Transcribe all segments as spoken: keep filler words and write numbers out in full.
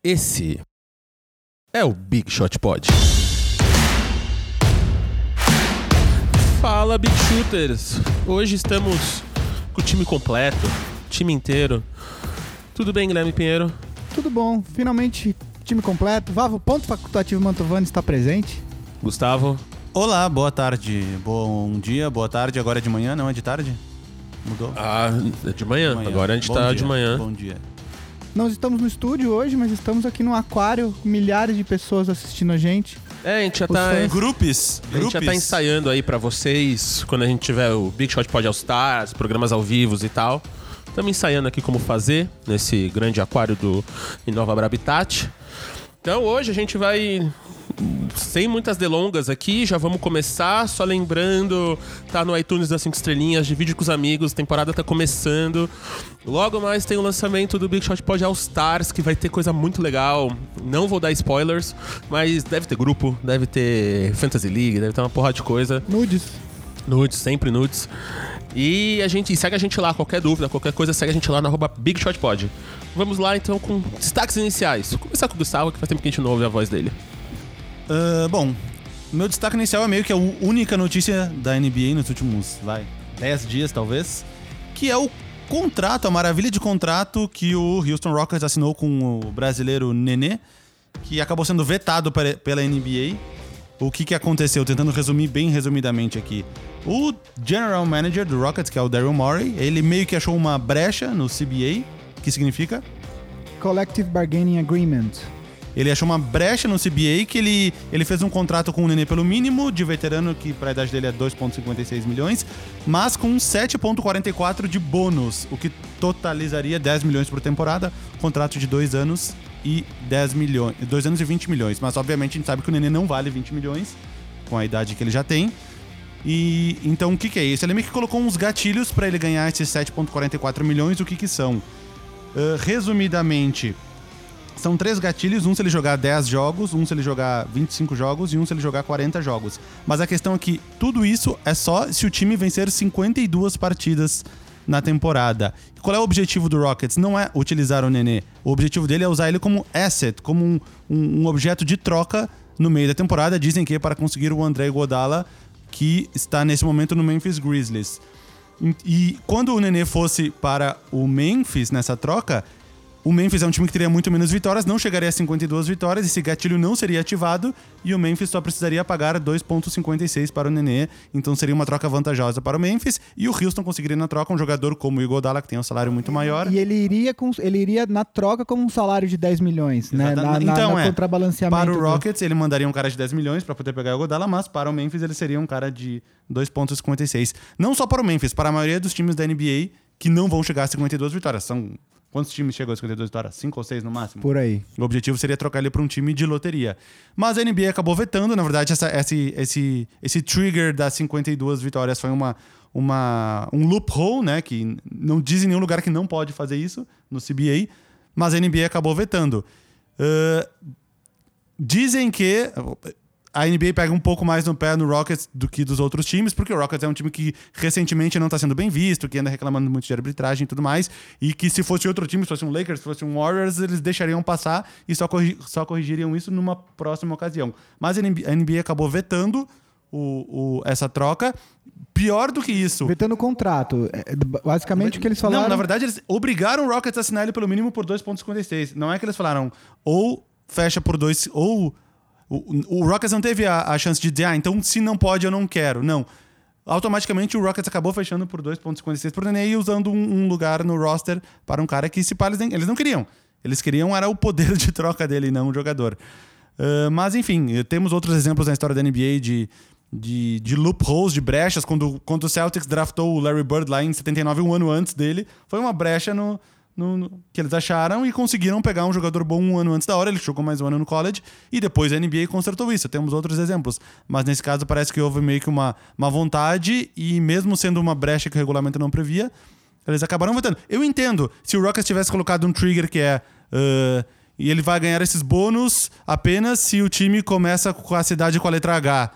Esse é o Big Shot Pod. Fala, Big Shooters! Hoje estamos com o time completo, time inteiro. Tudo bem, Guilherme Pinheiro? Tudo bom, finalmente time completo. Vavo, ponto facultativo Mantovani está presente. Gustavo? Olá, boa tarde, bom dia, boa tarde. Agora é de manhã, não é de tarde? Mudou? Ah, é de manhã. De manhã. Agora a gente bom tá dia. de manhã. Bom dia. Nós estamos no estúdio hoje, mas estamos aqui no aquário, milhares de pessoas assistindo a gente. É, a gente já tá... Em... Grupos. A gente já tá ensaiando aí pra vocês, quando a gente tiver o Big Shot Pod All Stars, programas ao vivo e tal. Estamos ensaiando aqui como fazer, nesse grande aquário do Inova Brabitat. Então hoje a gente vai... Sem muitas delongas aqui, já vamos começar. Só lembrando, tá no iTunes das cinco estrelinhas, divide com os amigos, a temporada tá começando. Logo mais tem o lançamento do Big Shot Pod All Stars, que vai ter coisa muito legal. Não vou dar spoilers, mas deve ter grupo, deve ter Fantasy League, deve ter uma porrada de coisa. Nudes. Nudes, sempre nudes. E a gente segue a gente lá, qualquer dúvida, qualquer coisa, segue a gente lá no arroba Big Shot Pod. Vamos lá então com destaques iniciais. Vou começar com o Gustavo, que faz tempo que a gente não ouve a voz dele. Uh, bom, meu destaque inicial é meio que a única notícia da N B A nos últimos, vai, dez dias talvez, que é o contrato, a maravilha de contrato que o Houston Rockets assinou com o brasileiro Nenê, que acabou sendo vetado pela N B A. O que, que aconteceu? Tentando resumir bem resumidamente aqui. O General Manager do Rockets, que é o Daryl Morey, ele meio que achou uma brecha no C B A, que significa? Collective Bargaining Agreement. Ele achou uma brecha no C B A que ele, ele fez um contrato com o Nenê pelo mínimo, de veterano, que pra idade dele é dois vírgula cinquenta e seis milhões, mas com sete vírgula quarenta e quatro de bônus, o que totalizaria dez milhões por temporada, contrato de dois anos e dez milhões, dois anos e vinte milhões, mas obviamente a gente sabe que o Nenê não vale vinte milhões, com a idade que ele já tem. E então o que, que é isso? Ele meio que colocou uns gatilhos pra ele ganhar esses sete vírgula quarenta e quatro milhões, o que que são? Uh, resumidamente... São três gatilhos, um se ele jogar dez jogos, um se ele jogar vinte e cinco jogos e um se ele jogar quarenta jogos. Mas a questão é que tudo isso é só se o time vencer cinquenta e duas partidas na temporada. E qual é o objetivo do Rockets? Não é utilizar o Nenê. O objetivo dele é usar ele como asset, como um, um, um objeto de troca no meio da temporada. Dizem que é para conseguir o André Iguodala, que está nesse momento no Memphis Grizzlies. E, e quando o Nenê fosse para o Memphis nessa troca... O Memphis é um time que teria muito menos vitórias, não chegaria a cinquenta e duas vitórias, esse gatilho não seria ativado e o Memphis só precisaria pagar dois vírgula cinquenta e seis para o Nenê, então seria uma troca vantajosa para o Memphis e o Houston conseguiria na troca um jogador como o Iguodala, que tem um salário muito maior. E ele iria, com, ele iria na troca com um salário de dez milhões, né? Na, então, na, é, contrabalanceamento para o do... Rockets ele mandaria um cara de dez milhões para poder pegar o Iguodala, mas para o Memphis ele seria um cara de dois vírgula cinquenta e seis. Não só para o Memphis, para a maioria dos times da N B A que não vão chegar a cinquenta e duas vitórias, são... Quantos times chegam a cinquenta e duas vitórias? Cinco ou seis no máximo? Por aí. O objetivo seria trocar ele para um time de loteria. Mas a N B A acabou vetando. Na verdade, essa, esse, esse, esse trigger das cinquenta e duas vitórias foi uma, uma, um loophole, né? Que não diz em nenhum lugar que não pode fazer isso no C B A. Mas a N B A acabou vetando. Uh, dizem que... A N B A pega um pouco mais no pé no Rockets do que dos outros times, porque o Rockets é um time que recentemente não está sendo bem visto, que anda reclamando muito de arbitragem e tudo mais, e que se fosse outro time, se fosse um Lakers, se fosse um Warriors, eles deixariam passar e só, corri- só corrigiriam isso numa próxima ocasião. Mas a N B A acabou vetando o, o, essa troca. Pior do que isso... Vetando o contrato. Basicamente o que eles falaram... Não, na verdade eles obrigaram o Rockets a assinar ele pelo mínimo por dois vírgula cinquenta e seis. Não é que eles falaram ou fecha por dois... ou O, o Rockets não teve a, a chance de dizer, ah, então se não pode, eu não quero. Não. Automaticamente o Rockets acabou fechando por dois vírgula cinquenta e seis por Nenê e usando um, um lugar no roster para um cara que, se pá, eles, eles não queriam. Eles queriam era o poder de troca dele, não o jogador. Uh, mas, enfim, temos outros exemplos na história da N B A de, de, de loopholes, de brechas. Quando, quando o Celtics draftou o Larry Bird lá em setenta e nove, um ano antes dele, foi uma brecha no... No, no, que eles acharam e conseguiram pegar um jogador bom um ano antes da hora. Ele jogou mais um ano no college e depois a N B A consertou isso. Temos outros exemplos, mas nesse caso parece que houve meio que uma, uma vontade e mesmo sendo uma brecha que o regulamento não previa, eles acabaram votando. Eu entendo, se o Rockets tivesse colocado um trigger que é uh, e ele vai ganhar esses bônus apenas se o time começa com a cidade com a letra H.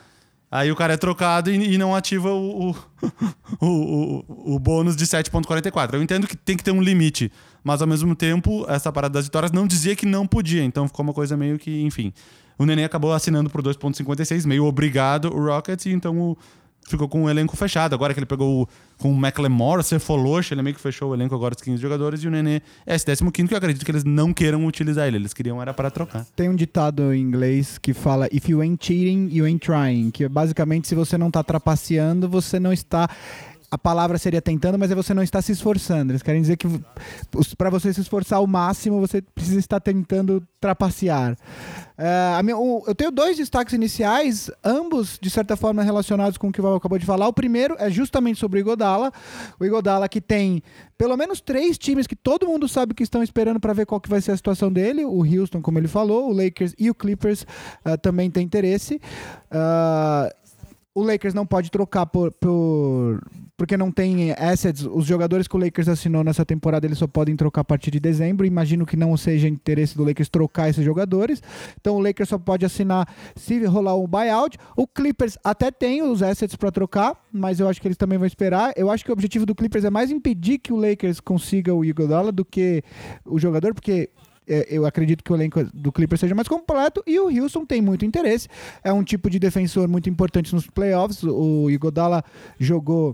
Aí o cara é trocado e, e não ativa o, o, o, o bônus de sete ponto quarenta e quatro. Eu entendo que tem que ter um limite, mas ao mesmo tempo, essa parada das vitórias não dizia que não podia. Então ficou uma coisa meio que, enfim. O Nenê acabou assinando por dois ponto cinquenta e seis, meio obrigado o Rockets, e então o, ficou com o elenco fechado. Agora que ele pegou o, com o McLemore, o Cefaloche, ele meio que fechou o elenco agora dos quinze jogadores, e o Nenê é esse décimo quinto, que eu acredito que eles não queiram utilizar ele. Eles queriam era para trocar. Tem um ditado em inglês que fala if you ain't cheating, you ain't trying. Que basicamente, se você não tá trapaceando, você não está... A palavra seria tentando, mas é você não está se esforçando. Eles querem dizer que para você se esforçar ao máximo, você precisa estar tentando trapacear. Uh, a minha, o, eu tenho dois destaques iniciais, ambos, de certa forma, relacionados com o que o Val acabou de falar. O primeiro é justamente sobre o Iguodala. O Iguodala que tem pelo menos três times que todo mundo sabe que estão esperando para ver qual que vai ser a situação dele. O Houston, como ele falou, o Lakers e o Clippers uh, também têm interesse. Uh, o Lakers não pode trocar por, por, porque não tem assets. Os jogadores que o Lakers assinou nessa temporada, eles só podem trocar a partir de dezembro. Imagino que não seja interesse do Lakers trocar esses jogadores. Então o Lakers só pode assinar se rolar um buyout. O Clippers até tem os assets para trocar, mas eu acho que eles também vão esperar. Eu acho que o objetivo do Clippers é mais impedir que o Lakers consiga o Iguodala do que o jogador, porque... eu acredito que o elenco do Clippers seja mais completo, e o Houston tem muito interesse. É um tipo de defensor muito importante nos playoffs. O Iguodala jogou...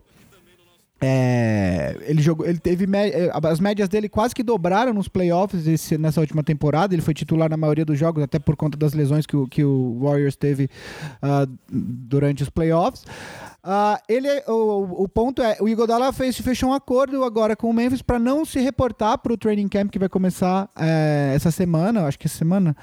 É, ele jogou, ele teve as médias dele quase que dobraram nos playoffs esse, nessa última temporada. Ele foi titular na maioria dos jogos, até por conta das lesões que o, que o Warriors teve uh, durante os playoffs. Uh, ele, o, o ponto é, o Iguodala fez, fechou um acordo agora com o Memphis para não se reportar para o training camp que vai começar é, essa semana, acho que essa semana,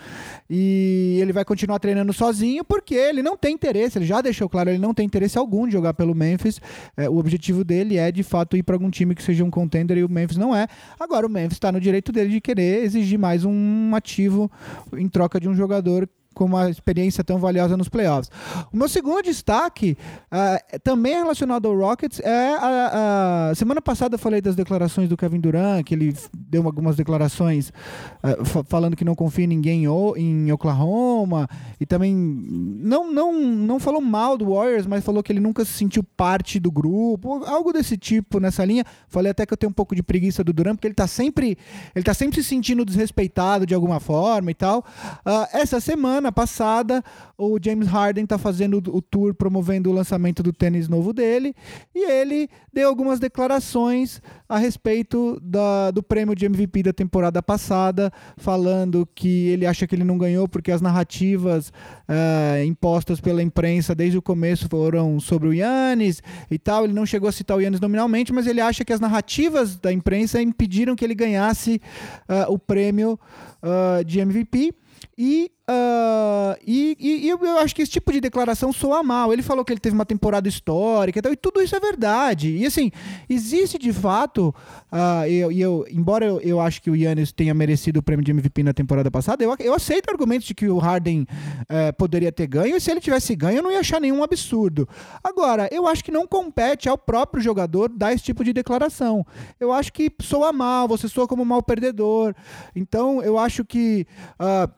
e ele vai continuar treinando sozinho porque ele não tem interesse, ele já deixou claro, ele não tem interesse algum de jogar pelo Memphis. É, o objetivo dele é de fato ir para algum time que seja um contender, e o Memphis não é. Agora o Memphis está no direito dele de querer exigir mais um ativo em troca de um jogador com uma experiência tão valiosa nos playoffs. O meu segundo destaque, uh, também relacionado ao Rockets, é a, a semana passada eu falei das declarações do Kevin Durant, que ele deu algumas declarações uh, f- falando que não confia em ninguém o, em Oklahoma, e também não, não, não falou mal do Warriors, mas falou que ele nunca se sentiu parte do grupo, algo desse tipo nessa linha. Falei até que eu tenho um pouco de preguiça do Durant, porque ele tá sempre, ele tá sempre se sentindo desrespeitado de alguma forma e tal. Uh, essa semana passada, o James Harden está fazendo o tour promovendo o lançamento do tênis novo dele, e ele deu algumas declarações a respeito da, do prêmio de M V P da temporada passada, falando que ele acha que ele não ganhou porque as narrativas uh, impostas pela imprensa desde o começo foram sobre o Giannis e tal. Ele não chegou a citar o Giannis nominalmente, mas ele acha que as narrativas da imprensa impediram que ele ganhasse uh, o prêmio uh, de M V P. E, uh, e, e, e eu acho que esse tipo de declaração soa mal. Ele falou que ele teve uma temporada histórica e tal, e tudo isso é verdade. E assim, existe de fato, uh, eu, eu, embora eu, eu acho que o Giannis tenha merecido o prêmio de M V P na temporada passada, eu, eu aceito argumentos de que o Harden uh, poderia ter ganho, e se ele tivesse ganho eu não ia achar nenhum absurdo. Agora, eu acho que não compete ao próprio jogador dar esse tipo de declaração. Eu acho que soa mal, você soa como um mal perdedor. Então, eu acho que... Uh,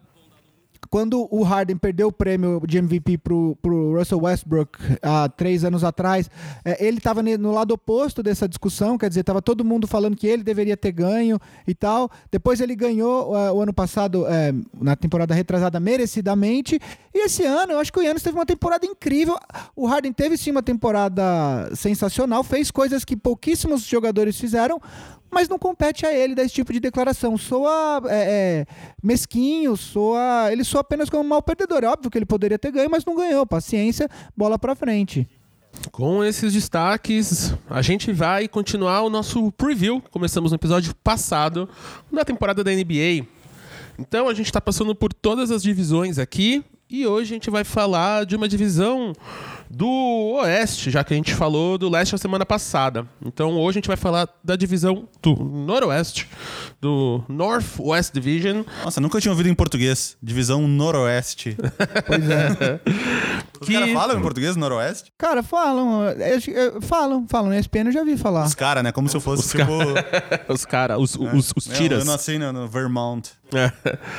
Quando o Harden perdeu o prêmio de M V P pro, pro Russell Westbrook há três anos atrás, é, ele estava no lado oposto dessa discussão, quer dizer, estava todo mundo falando que ele deveria ter ganho e tal. Depois ele ganhou uh, o ano passado, é, na temporada retrasada, merecidamente. E esse ano, eu acho que o Giannis teve uma temporada incrível. O Harden teve sim uma temporada sensacional, fez coisas que pouquíssimos jogadores fizeram, mas não compete a ele dar esse tipo de declaração. Soa é, é, mesquinho, soa, ele soa apenas como um mal perdedor. É óbvio que ele poderia ter ganho, mas não ganhou. Paciência, bola pra frente. Com esses destaques, a gente vai continuar o nosso preview. Começamos no episódio passado da temporada da N B A. Então a gente está passando por todas as divisões aqui, e hoje a gente vai falar de uma divisão do Oeste, já que a gente falou do Leste na semana passada. Então hoje a gente vai falar da divisão do Noroeste, do Northwest Division. Nossa, nunca tinha ouvido em português. Divisão Noroeste. Pois é. Os que... caras falam em português no Noroeste? Cara, falam. eu- eu- Falam, falam. Na E S P N eu já vi falar. Os caras, né? Como se eu fosse, Os tipo... Os caras, os, os, os Eu, tiras. eu nasci no, no Vermont. É.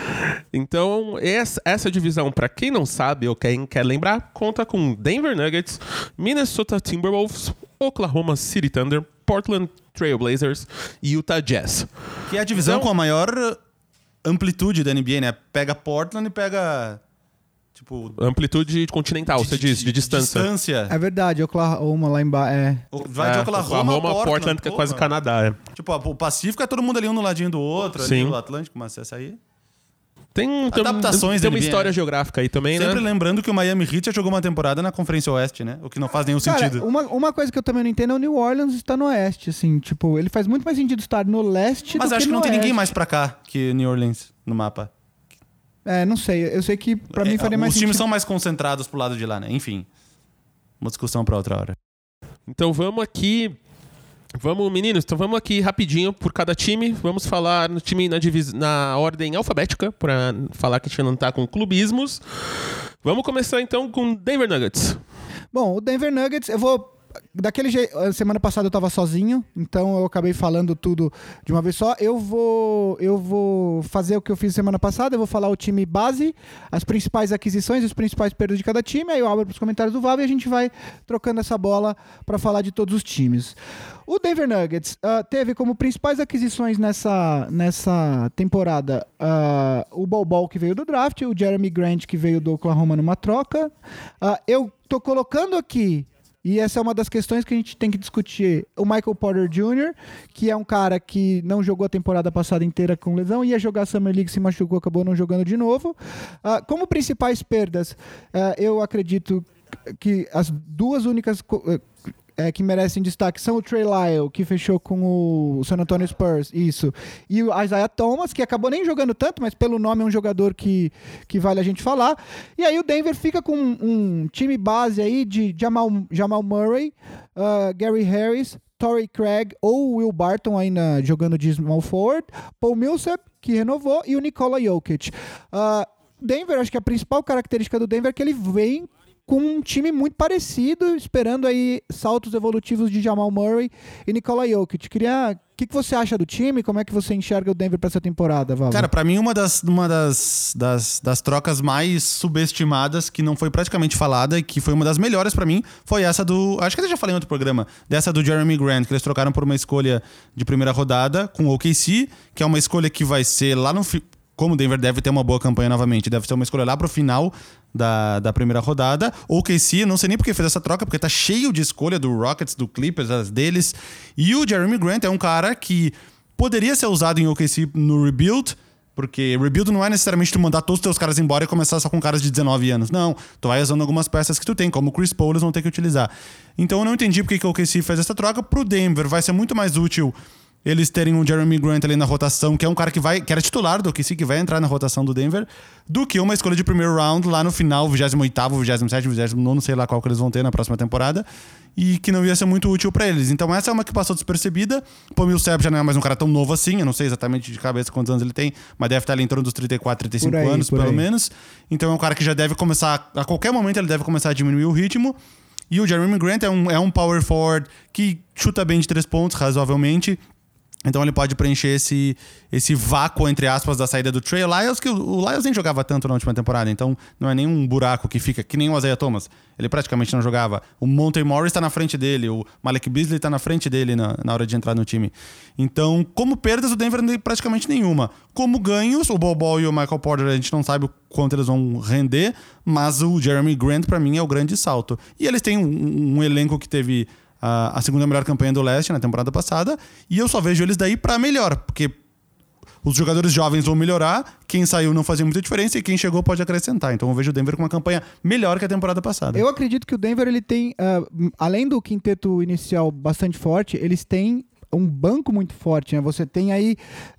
Então, essa, essa divisão, pra quem não sabe ou quem quer lembrar, conta com Denver Nuggets, Minnesota Timberwolves, Oklahoma City Thunder, Portland Trail Blazers e Utah Jazz. Que é a divisão Então- com a maior amplitude da N B A, né? Pega Portland e pega... Tipo... Amplitude continental, você diz, de distância. Distância. É verdade, Oklahoma lá embaixo. É. O- Vai de É, Oklahoma, a Portland, Portland, que é quase porra. Canadá. É. Tipo, o Pacífico é todo mundo ali um no ladinho do outro, Sim. ali o Atlântico, mas essa aí... Tem, tem, Adaptações tem da uma N B A, história né? geográfica aí também, Sempre né? lembrando que o Miami Heat já jogou uma temporada na Conferência Oeste, né? O que não faz nenhum Cara, sentido. uma, uma coisa que eu também não entendo é o New Orleans está no oeste, assim. Tipo, ele faz muito mais sentido estar no leste Mas do acho que no não tem ninguém oeste. mais pra cá que New Orleans no mapa. É, não sei. Eu sei que pra mim É, faria mais Os sentido. times são mais concentrados pro lado de lá, né? Enfim. Uma discussão pra outra hora. Então vamos aqui. Vamos, meninos, então vamos aqui rapidinho por cada time. Vamos falar no time na, divis... na ordem alfabética, pra falar que a gente não tá com clubismos. Vamos começar então com Denver Nuggets. Bom, o Denver Nuggets, eu vou... Daquele jeito, semana passada eu tava sozinho, então eu acabei falando tudo de uma vez só. Eu vou, eu vou fazer o que eu fiz semana passada, eu vou falar o time base, as principais aquisições, os principais perdas de cada time, aí eu abro para os comentários do Val e a gente vai trocando essa bola para falar de todos os times. O Denver Nuggets uh, teve como principais aquisições nessa, nessa temporada uh, o Bol Bol, que veio do draft, o Jeremy Grant, que veio do Oklahoma numa troca. Uh, eu tô colocando aqui, e essa é uma das questões que a gente tem que discutir, o Michael Porter Júnior, que é um cara que não jogou a temporada passada inteira com lesão, ia jogar a Summer League, se machucou, acabou não jogando de novo. Uh, como principais perdas, uh, eu acredito que as duas únicas... Co- É, que merecem destaque são o Trey Lyle, que fechou com o San Antonio Spurs, isso, e o Isaiah Thomas, que acabou nem jogando tanto, mas pelo nome é um jogador que, que vale a gente falar. E aí o Denver fica com um, um time base aí de Jamal, Jamal Murray, uh, Gary Harris, Torrey Craig ou Will Barton ainda jogando de small forward, Paul Millsap, que renovou, e o Nikola Jokic. Uh, Denver, acho que a principal característica do Denver é que ele vem com um time muito parecido, esperando aí saltos evolutivos de Jamal Murray e Nikola Jokic. Queria... O que, que você acha do time? Como é que você enxerga o Denver para essa temporada, Val? Cara, pra mim, uma das, uma das, das, das trocas mais subestimadas, que não foi praticamente falada e que foi uma das melhores pra mim, foi essa do... Acho que eu já falei em outro programa. Dessa do Jeremy Grant, que eles trocaram por uma escolha de primeira rodada com o O K C, que é uma escolha que vai ser lá no... Fi... Como o Denver deve ter uma boa campanha novamente, deve ser uma escolha lá pro final da, da primeira rodada. O O K C, não sei nem porque fez essa troca, porque tá cheio de escolha do Rockets, do Clippers, as deles. E o Jeremy Grant é um cara que poderia ser usado em O K C no rebuild, porque rebuild não é necessariamente tu mandar todos os teus caras embora e começar só com caras de dezenove anos. Não, tu vai usando algumas peças que tu tem, como o Chris Paul, eles vão ter que utilizar. Então eu não entendi porque que o O K C fez essa troca. Pro Denver vai ser muito mais útil eles terem um Jeremy Grant ali na rotação, que é um cara que vai que era titular do O K C, que vai entrar na rotação do Denver, do que uma escolha de primeiro round lá no final, vigésimo oitavo, vigésimo sétimo, vigésimo nono, sei lá qual que eles vão ter na próxima temporada, e que não ia ser muito útil pra eles. Então essa é uma que passou despercebida. Paul Millsap já não é mais um cara tão novo assim, eu não sei exatamente de cabeça quantos anos ele tem, mas deve estar ali em torno dos trinta e quatro, trinta e cinco Por aí, anos, por pelo aí. menos. Então é um cara que já deve começar, a qualquer momento ele deve começar a diminuir o ritmo. E o Jeremy Grant é um, é um power forward que chuta bem de três pontos, razoavelmente. Então ele pode preencher esse, esse vácuo, entre aspas, da saída do Trey Lyles, que o, o Lyles nem jogava tanto na última temporada, então não é nenhum buraco que fica, que nem o Isaiah Thomas. Ele praticamente não jogava. O Monte Morris tá na frente dele, o Malik Beasley tá na frente dele na, na hora de entrar no time. Então, como perdas, o Denver não tem praticamente nenhuma. Como ganhos, o Bol Bol e o Michael Porter, a gente não sabe o quanto eles vão render, mas o Jeremy Grant, pra mim, é o grande salto. E eles têm um, um elenco que teve a segunda melhor campanha do leste na temporada passada, e eu só vejo eles daí pra melhor, porque os jogadores jovens vão melhorar, quem saiu não fazia muita diferença e quem chegou pode acrescentar. Então eu vejo o Denver com uma campanha melhor que a temporada passada. Eu acredito que o Denver, ele tem, uh, além do quinteto inicial bastante forte, eles têm um banco muito forte, né? Você tem aí,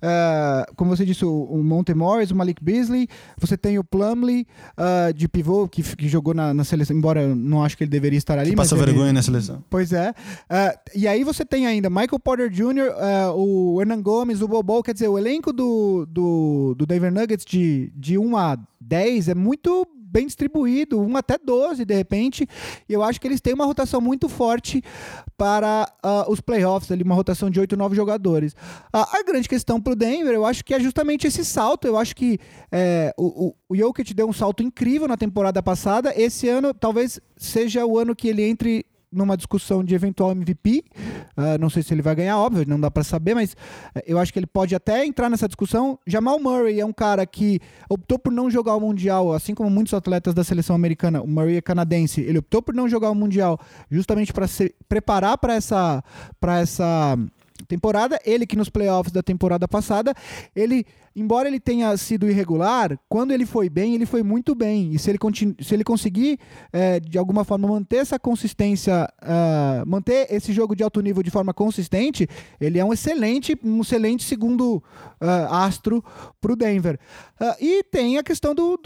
uh, como você disse, o, o Monte Morris, o Malik Beasley, você tem o Plumlee uh, de pivô, que, que jogou na, na seleção, embora eu não acho que ele deveria estar ali. Que mas passa ele... vergonha na seleção. Pois é. Uh, e aí você tem ainda Michael Porter Júnior, uh, o Hernan Gomes, o Bol, quer dizer, o elenco do, do, do Denver Nuggets de, de um a dez é muito bem distribuído, um até doze de repente, e eu acho que eles têm uma rotação muito forte para uh, os playoffs, ali, uma rotação de oito, nove jogadores. Uh, a grande questão para o Denver, eu acho que é justamente esse salto. Eu acho que é, o, o, o Jokic deu um salto incrível na temporada passada. Esse ano talvez seja o ano que ele entre numa discussão de eventual M V P. Uh, não sei se ele vai ganhar, óbvio, não dá pra saber, mas uh, eu acho que ele pode até entrar nessa discussão. Jamal Murray é um cara que optou por não jogar o Mundial, assim como muitos atletas da seleção americana. O Murray é canadense, ele optou por não jogar o Mundial justamente para se preparar para essa, para essa temporada. Ele que nos playoffs da temporada passada, ele, embora ele tenha sido irregular, quando ele foi bem, ele foi muito bem. E se ele, continu- se ele conseguir, é, de alguma forma, manter essa consistência, uh, manter esse jogo de alto nível de forma consistente, ele é um excelente, um excelente segundo uh, astro para o Denver. Uh, e tem a questão do,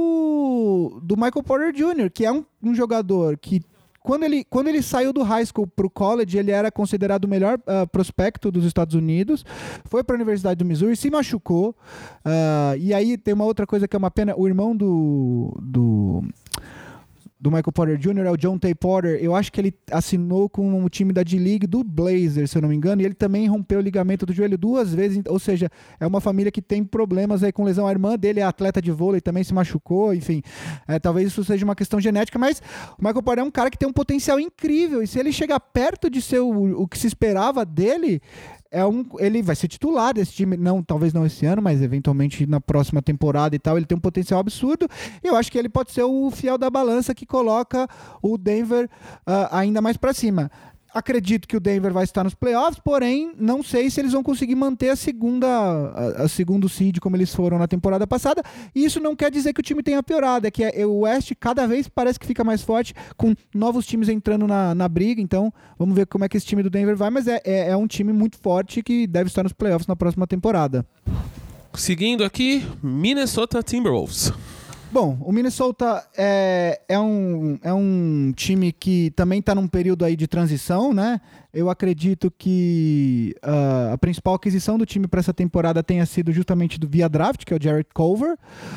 do, do Michael Porter Júnior, que é um, um jogador que Quando ele, quando ele saiu do high school para o college, ele era considerado o melhor uh, prospecto dos Estados Unidos, foi para a Universidade do Missouri, se machucou, uh, e aí tem uma outra coisa que é uma pena, o irmão do... do do Michael Porter Júnior é o John Tay Porter. Eu acho que ele assinou com o time da D-League do Blazers, se eu não me engano, e ele também rompeu o ligamento do joelho duas vezes, ou seja, é uma família que tem problemas aí com lesão. A irmã dele é atleta de vôlei, também se machucou, enfim, é, talvez isso seja uma questão genética, mas o Michael Porter é um cara que tem um potencial incrível, e se ele chegar perto de ser o, o que se esperava dele, é um, ele vai ser titular desse time, não, talvez não esse ano, mas eventualmente na próxima temporada e tal. Ele tem um potencial absurdo, e eu acho que ele pode ser o fiel da balança que coloca o Denver uh, ainda mais para cima. Acredito que o Denver vai estar nos playoffs, porém não sei se eles vão conseguir manter a segunda a, a segundo seed como eles foram na temporada passada. E isso não quer dizer que o time tenha piorado, é que é, o Oeste cada vez parece que fica mais forte, com novos times entrando na, na briga. Então vamos ver como é que esse time do Denver vai, mas é, é, é um time muito forte que deve estar nos playoffs na próxima temporada. Seguindo aqui, Minnesota Timberwolves. Bom, o Minnesota é, é, um, é um time que também está num período aí de transição, né? Eu acredito que uh, a principal aquisição do time para essa temporada tenha sido justamente do via draft, que é o Jarrett Culver.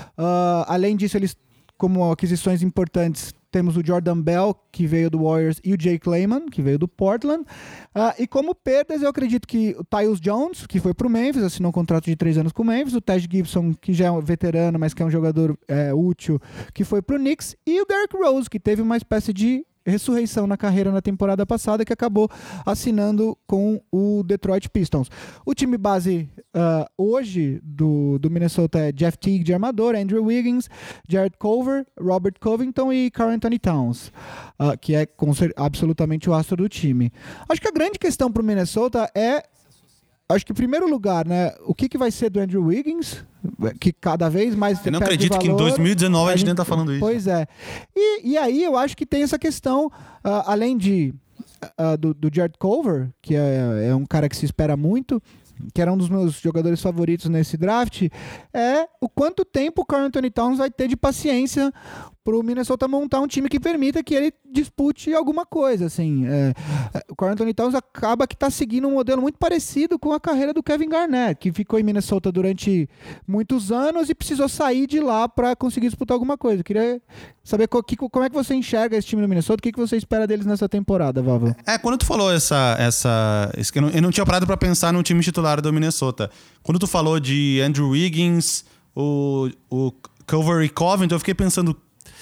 Uh, além disso, eles, como aquisições importantes, temos o Jordan Bell, que veio do Warriors, e o Jake Layman, que veio do Portland. Uh, e como perdas, eu acredito que o Tyus Jones, que foi para o Memphis, assinou um contrato de três anos com o Memphis, o Taj Gibson, que já é um veterano, mas que é um jogador é, útil, que foi para o Knicks, e o Derrick Rose, que teve uma espécie de ressurreição na carreira na temporada passada, que acabou assinando com o Detroit Pistons. O time base uh, hoje do, do Minnesota é Jeff Teague de armador, Andrew Wiggins, Jarrett Culver, Robert Covington e Karl Anthony Towns, uh, que é absolutamente o astro do time. Acho que a grande questão para o Minnesota é, acho que em primeiro lugar, né, o que, que vai ser do Andrew Wiggins, que cada vez mais... Eu não acredito que em dois mil e dezenove a gente, a gente nem tá falando isso. Pois é. E, e aí eu acho que tem essa questão, uh, além de uh, do, do Jarrett Culver, que é, é um cara que se espera muito, que era um dos meus jogadores favoritos nesse draft, é o quanto tempo o Karl Anthony Towns vai ter de paciência para o Minnesota montar um time que permita que ele dispute alguma coisa, assim. É, o Karl Anthony Towns acaba que está seguindo um modelo muito parecido com a carreira do Kevin Garnett, que ficou em Minnesota durante muitos anos e precisou sair de lá para conseguir disputar alguma coisa. Eu queria saber co- que, como é que você enxerga esse time do Minnesota, o que, que você espera deles nessa temporada, Vava? É, quando tu falou essa... essa eu, não, eu não tinha parado para pensar no time titular do Minnesota. Quando tu falou de Andrew Wiggins, o, o Culver e Covington, eu fiquei pensando...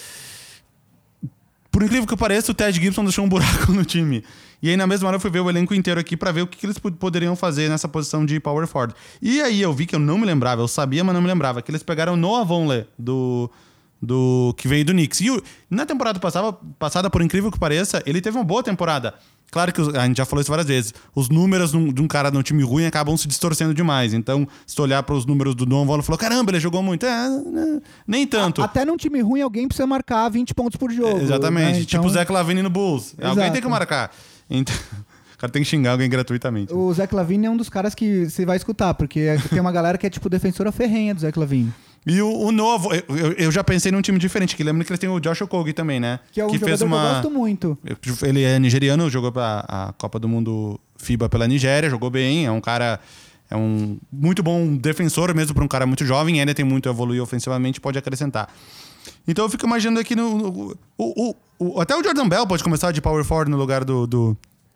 Por incrível que pareça, o Taj Gibson deixou um buraco no time. E aí, na mesma hora, eu fui ver o elenco inteiro aqui pra ver o que, que eles poderiam fazer nessa posição de power forward. E aí, eu vi que eu não me lembrava. Eu sabia, mas não me lembrava. Que eles pegaram o Noah Vonleh, do, do, que veio do Knicks. E o, na temporada passada, passada, por incrível que pareça, ele teve uma boa temporada. Claro que a gente já falou isso várias vezes. Os números de um cara num time ruim acabam se distorcendo demais. Então, se tu olhar para os números do Noah Vonleh, falou, caramba, ele jogou muito. É, nem tanto. Até num time ruim, alguém precisa marcar vinte pontos por jogo. É, exatamente. Né? Então... Tipo o Zach LaVine no Bulls. Exato. Alguém tem que marcar. Então... O cara tem que xingar alguém gratuitamente. O Zach LaVine é um dos caras que você vai escutar, porque tem uma galera que é tipo defensora ferrenha do Zach LaVine. E o, o novo, eu, eu já pensei num time diferente, que lembra que eles têm o Josh Okogie também, né? Que é um que jogador fez uma... que eu gosto muito. Ele é nigeriano, jogou a, a Copa do Mundo FIBA pela Nigéria, jogou bem, é um cara... É um muito bom defensor mesmo para um cara muito jovem, ainda tem muito a evoluir ofensivamente, pode acrescentar. Então eu fico imaginando aqui no... no o, o, o, até o Jordan Bell pode começar de power forward no lugar do... do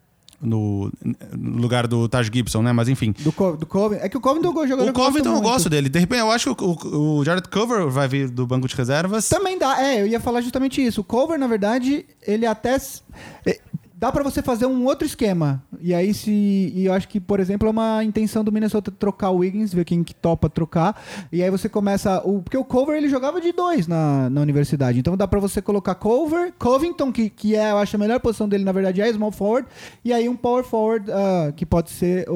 no, no lugar do Taj Gibson, né? Mas enfim. Do, Co- do Covington. É que o Covington é um jogador O Covington eu muito. gosto dele. De repente, eu acho que o, o, o Jared Culver vai vir do banco de reservas. Também dá. É, eu ia falar justamente isso. O Culver, na verdade, ele até... é, dá pra você fazer um outro esquema. E aí, se... E eu acho que, por exemplo, é uma intenção do Minnesota trocar o Wiggins, ver quem que topa trocar. E aí você começa... O, porque o Culver, ele jogava de dois na, na universidade. Então dá pra você colocar Culver, Covington, que, que é, eu acho, a melhor posição dele, na verdade, é small forward. E aí um power forward, uh, que pode ser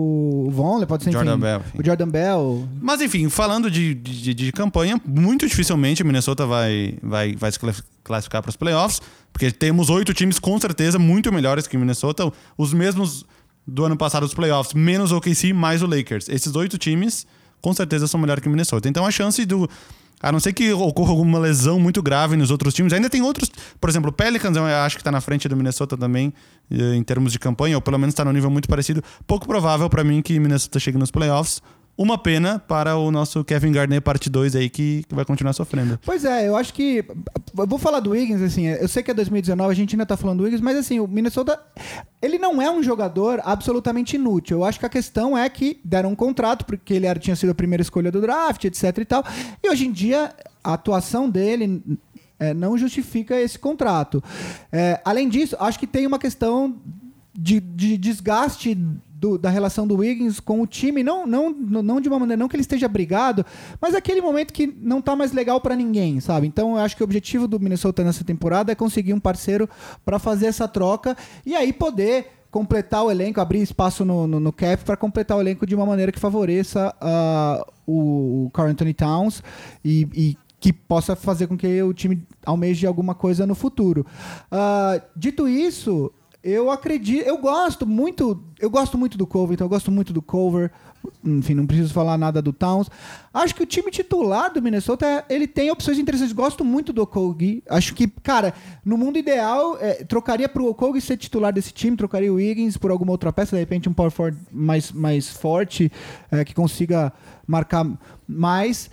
o Vonleh, pode ser, enfim, Jordan Bell, enfim. o Jordan Bell. Mas enfim, falando de, de, de campanha, muito dificilmente o Minnesota vai, vai, vai se classificar para os playoffs, porque temos oito times com certeza muito melhores que o Minnesota, os mesmos do ano passado dos playoffs, menos o O K C, mais o Lakers. Esses oito times com certeza são melhores que o Minnesota. Então a chance do... A não ser que ocorra alguma lesão muito grave nos outros times. Ainda tem outros... Por exemplo, o Pelicans eu acho que está na frente do Minnesota também, em termos de campanha, ou pelo menos está num nível muito parecido. Pouco provável para mim que Minnesota chegue nos playoffs. Uma pena para o nosso Kevin Garnett parte dois aí, que, que vai continuar sofrendo. Pois é, eu acho que... Eu vou falar do Wiggins, assim, eu sei que é dois mil e dezenove, a gente ainda tá falando do Wiggins, mas assim, o Minnesota, ele não é um jogador absolutamente inútil. Eu acho que a questão é que deram um contrato, porque ele era, tinha sido a primeira escolha do draft, etc e tal, e hoje em dia, a atuação dele... É, não justifica esse contrato. É, além disso, acho que tem uma questão de, de desgaste do, da relação do Wiggins com o time, não, não, não de uma maneira, não que ele esteja brigado, mas aquele momento que não tá mais legal pra ninguém, sabe? Então eu acho que o objetivo do Minnesota nessa temporada é conseguir um parceiro pra fazer essa troca e aí poder completar o elenco, abrir espaço no, no, no cap para completar o elenco de uma maneira que favoreça uh, o, o Karl Anthony Towns e, e que possa fazer com que o time almeje alguma coisa no futuro. Uh, dito isso, eu acredito, eu gosto muito, eu gosto muito do Covington, eu gosto muito do Culver, enfim, não preciso falar nada do Towns. Acho que o time titular do Minnesota, ele tem opções interessantes. Gosto muito do Okogie. Acho que, cara, no mundo ideal, é, trocaria pro Okogie ser titular desse time, trocaria o Wiggins por alguma outra peça, de repente um power forward mais, mais forte, é, que consiga marcar mais,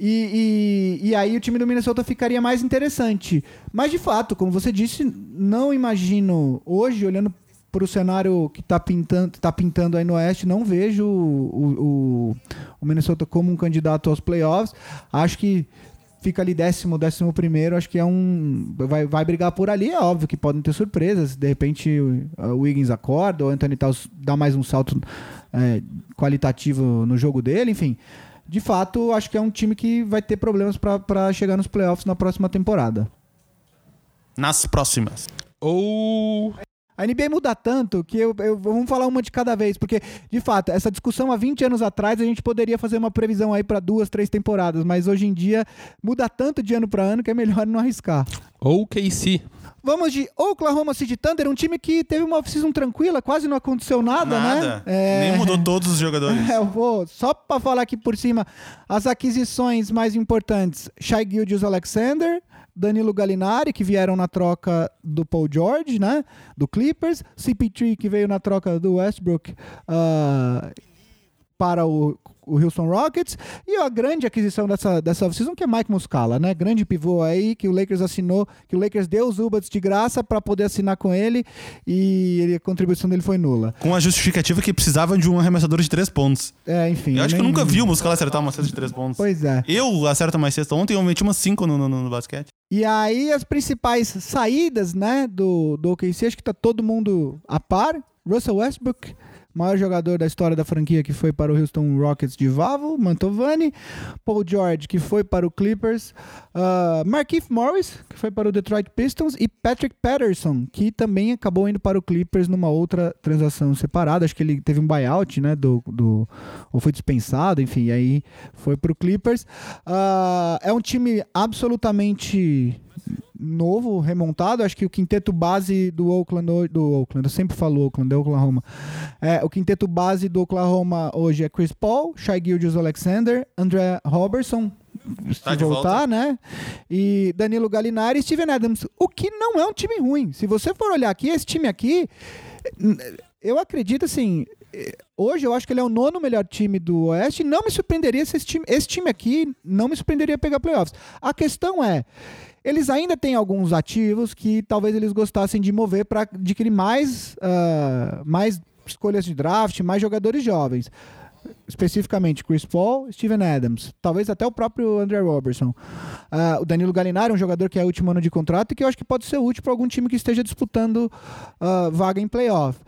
e, e, e aí o time do Minnesota ficaria mais interessante. Mas, de fato, como você disse, não imagino, hoje, olhando para o cenário que está pintando, tá pintando aí no Oeste, não vejo o, o, o Minnesota como um candidato aos playoffs. Acho que fica ali décimo, décimo primeiro, acho que é um... Vai, vai brigar por ali, é óbvio que podem ter surpresas, de repente o Wiggins acorda, o Anthony Towns dá mais um salto é, qualitativo no jogo dele, enfim. De fato, acho que é um time que vai ter problemas para chegar nos playoffs na próxima temporada. Nas próximas. Ou... A N B A muda tanto que eu, eu, vamos falar uma de cada vez, porque, de fato, essa discussão há vinte anos atrás, a gente poderia fazer uma previsão aí para duas, três temporadas, mas hoje em dia muda tanto de ano para ano que é melhor não arriscar. O K C. Vamos de Oklahoma City Thunder, um time que teve uma off-season tranquila, quase não aconteceu nada, Nada. né? É... Nem mudou todos os jogadores. É, eu vou, só para falar aqui por cima, as aquisições mais importantes, Shai Gilgeous-Alexander, Danilo Gallinari, que vieram na troca do Paul George, né? Do Clippers. C P três, que veio na troca do Westbrook uh, para o, o Houston Rockets. E a grande aquisição dessa, dessa off-season, que é Mike Muscala, né? Grande pivô aí, que o Lakers assinou, que o Lakers deu os Zubats de graça para poder assinar com ele, e ele, a contribuição dele foi nula. Com a justificativa que precisava de um arremessador de três pontos. É, enfim. Eu acho nem... que eu nunca vi o Muscala acertar uma cesta de três pontos. Pois é. Eu acerto mais cesta. Ontem eu meti umas cinco no, no, no basquete. E aí as principais saídas, né, do, do O K C, acho que tá todo mundo a par. Russell Westbrook, maior jogador da história da franquia, que foi para o Houston Rockets de Vavo, Mantovani. Paul George, que foi para o Clippers. Uh, Markieff Morris, que foi para o Detroit Pistons. E Patrick Patterson, que também acabou indo para o Clippers numa outra transação separada. Acho que ele teve um buyout, né, do, do, ou foi dispensado, enfim, e aí foi para o Clippers. Uh, é um time absolutamente novo, remontado. Acho que o quinteto base do Oakland, do Oakland, eu sempre falo Oakland, é Oklahoma. É, o quinteto base do Oklahoma hoje é Chris Paul, Shai Gilgeous-Alexander, André Robertson, Tá se de voltar, volta. né? E Danilo Gallinari e Steven Adams, o que não é um time ruim. Se você for olhar aqui, esse time aqui, eu acredito assim, hoje eu acho que ele é o nono melhor time do Oeste. Não me surpreenderia se esse time, esse time aqui não me surpreenderia pegar playoffs. A questão é, eles ainda têm alguns ativos que talvez eles gostassem de mover para adquirir mais, uh, mais escolhas de draft, mais jogadores jovens. Especificamente Chris Paul, Steven Adams, talvez até o próprio Andre Robertson. Uh, o Danilo Gallinari é um jogador que é último ano de contrato e que eu acho que pode ser útil para algum time que esteja disputando uh, vaga em playoff.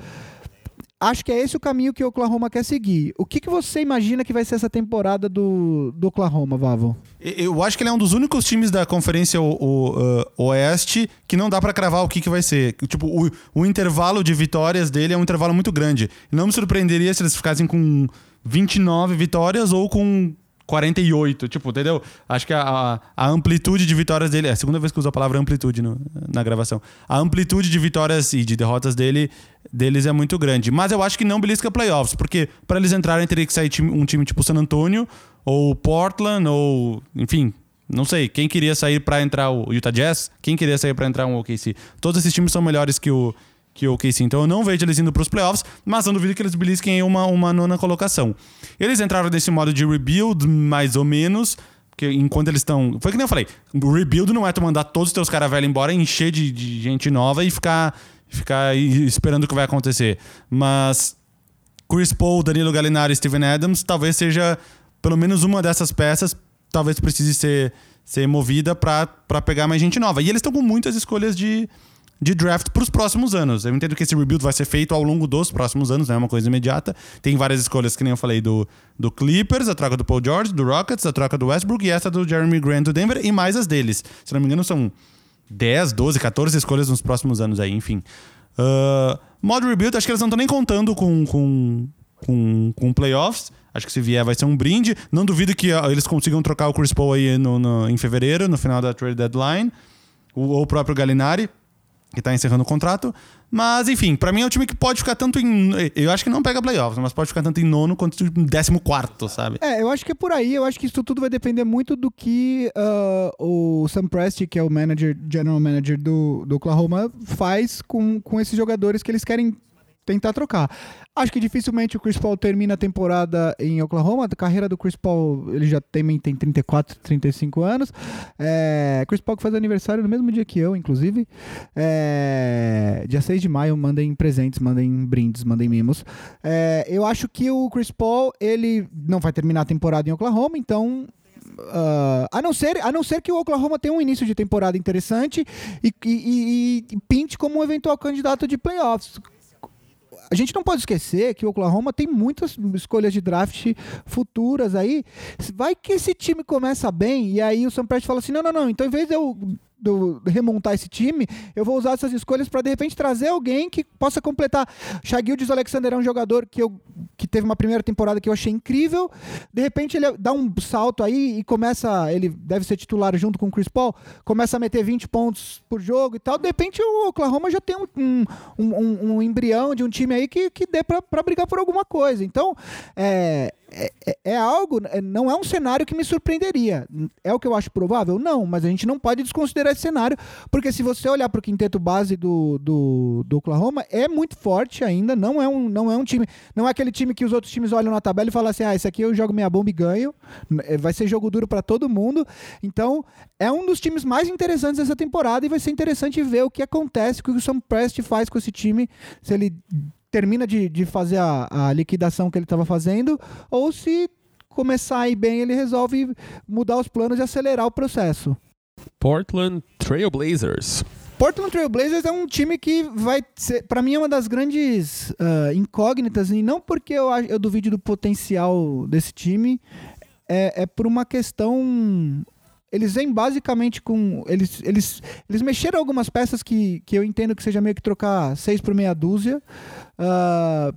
Acho que é esse o caminho que o Oklahoma quer seguir. O que, que você imagina que vai ser essa temporada do, do Oklahoma, Vavo? Eu acho que ele é um dos únicos times da conferência o, o, uh, Oeste que não dá pra cravar o que, que vai ser. Tipo, o, o intervalo de vitórias dele é um intervalo muito grande. Não me surpreenderia se eles ficassem com vinte e nove vitórias ou com quarenta e oito, tipo, entendeu? Acho que a, a, a amplitude de vitórias dele... É a segunda vez que eu uso a palavra amplitude no, na gravação. A amplitude de vitórias e de derrotas dele, deles é muito grande. Mas eu acho que não belisca playoffs, porque para eles entrarem teria que sair time, um time tipo San Antonio, ou Portland, ou... Enfim, não sei. Quem queria sair para entrar o Utah Jazz? Quem queria sair para entrar um O K C? Todos esses times são melhores que o... que o O K C. Então eu não vejo eles indo para os playoffs, mas não duvido que eles belisquem uma, uma nona colocação. Eles entraram nesse modo de rebuild, mais ou menos, porque enquanto eles estão... Foi que nem eu falei, o rebuild não é tu mandar todos os teus caras velhos embora, encher de, de gente nova e ficar, ficar esperando o que vai acontecer. Mas Chris Paul, Danilo Gallinari e Steven Adams talvez seja pelo menos uma dessas peças, talvez precise ser, ser movida para pegar mais gente nova. E eles estão com muitas escolhas de... de draft para os próximos anos. Eu entendo que esse rebuild vai ser feito ao longo dos próximos anos, não é uma coisa imediata. Tem várias escolhas, que nem eu falei, do, do Clippers, a troca do Paul George, do Rockets, a troca do Westbrook e essa do Jeremy Grant do Denver e mais as deles. Se não me engano, são dez, doze, catorze escolhas nos próximos anos aí, enfim. Uh, modo rebuild, acho que eles não estão nem contando com, com, com, com playoffs. Acho que se vier vai ser um brinde. Não duvido que uh, eles consigam trocar o Chris Paul aí no, no, em fevereiro, no final da trade deadline. O, ou o próprio Gallinari, que tá encerrando o contrato. Mas, enfim, pra mim é um time que pode ficar tanto em... Eu acho que não pega playoffs, mas pode ficar tanto em nono quanto em décimo quarto, sabe? É, eu acho que é por aí. Eu acho que isso tudo vai depender muito do que uh, o Sam Presti, que é o manager, general manager do, do Oklahoma, faz com, com esses jogadores que eles querem tentar trocar. Acho que dificilmente o Chris Paul termina a temporada em Oklahoma. A carreira do Chris Paul, ele já tem, tem trinta e quatro, trinta e cinco anos. É, Chris Paul que faz aniversário no mesmo dia que eu, inclusive. É, dia seis de maio, mandem presentes, mandem brindes, mandem mimos. É, eu acho que o Chris Paul, ele não vai terminar a temporada em Oklahoma, então... Uh, a, não ser, a não ser que o Oklahoma tenha um início de temporada interessante e, e, e, e pinte como um eventual candidato de playoffs. A gente não pode esquecer que o Oklahoma tem muitas escolhas de draft futuras aí. Vai que esse time começa bem e aí o Sam Presti fala assim, não, não, não, então em vez de eu, de eu remontar esse time, eu vou usar essas escolhas para de repente trazer alguém que possa completar. Shai Gilgeous-Alexander é um jogador que, eu, que teve uma primeira temporada que eu achei incrível. De repente ele dá um salto aí e começa, ele deve ser titular junto com o Chris Paul, começa a meter vinte pontos por jogo e tal. De repente o Oklahoma já tem um, um, um, um embrião de um time aí que, que dê pra, pra brigar por alguma coisa. Então, é, é, é algo, não é um cenário que me surpreenderia. É o que eu acho provável? Não, mas a gente não pode desconsiderar esse cenário, porque se você olhar para o quinteto base do, do, do Oklahoma, é muito forte ainda, não é, um, não é um time, não é aquele time que os outros times olham na tabela e falam assim, ah, esse aqui eu jogo meia bomba e ganho, vai ser jogo duro para todo mundo. Então, é um dos times mais interessantes dessa temporada e vai ser interessante ver o que acontece, o que o Sam Presti faz com esse time, se ele termina de, de fazer a, a liquidação que ele estava fazendo, ou se começar a ir bem, ele resolve mudar os planos e acelerar o processo. Portland Trail Blazers. Portland Trail Blazers é um time que vai ser, para mim, é uma das grandes uh, incógnitas, e não porque eu, eu duvide do potencial desse time, é, é por uma questão... Eles vêm basicamente com... Eles, eles, eles mexeram algumas peças que, que eu entendo que seja meio que trocar seis por meia dúzia. Uh,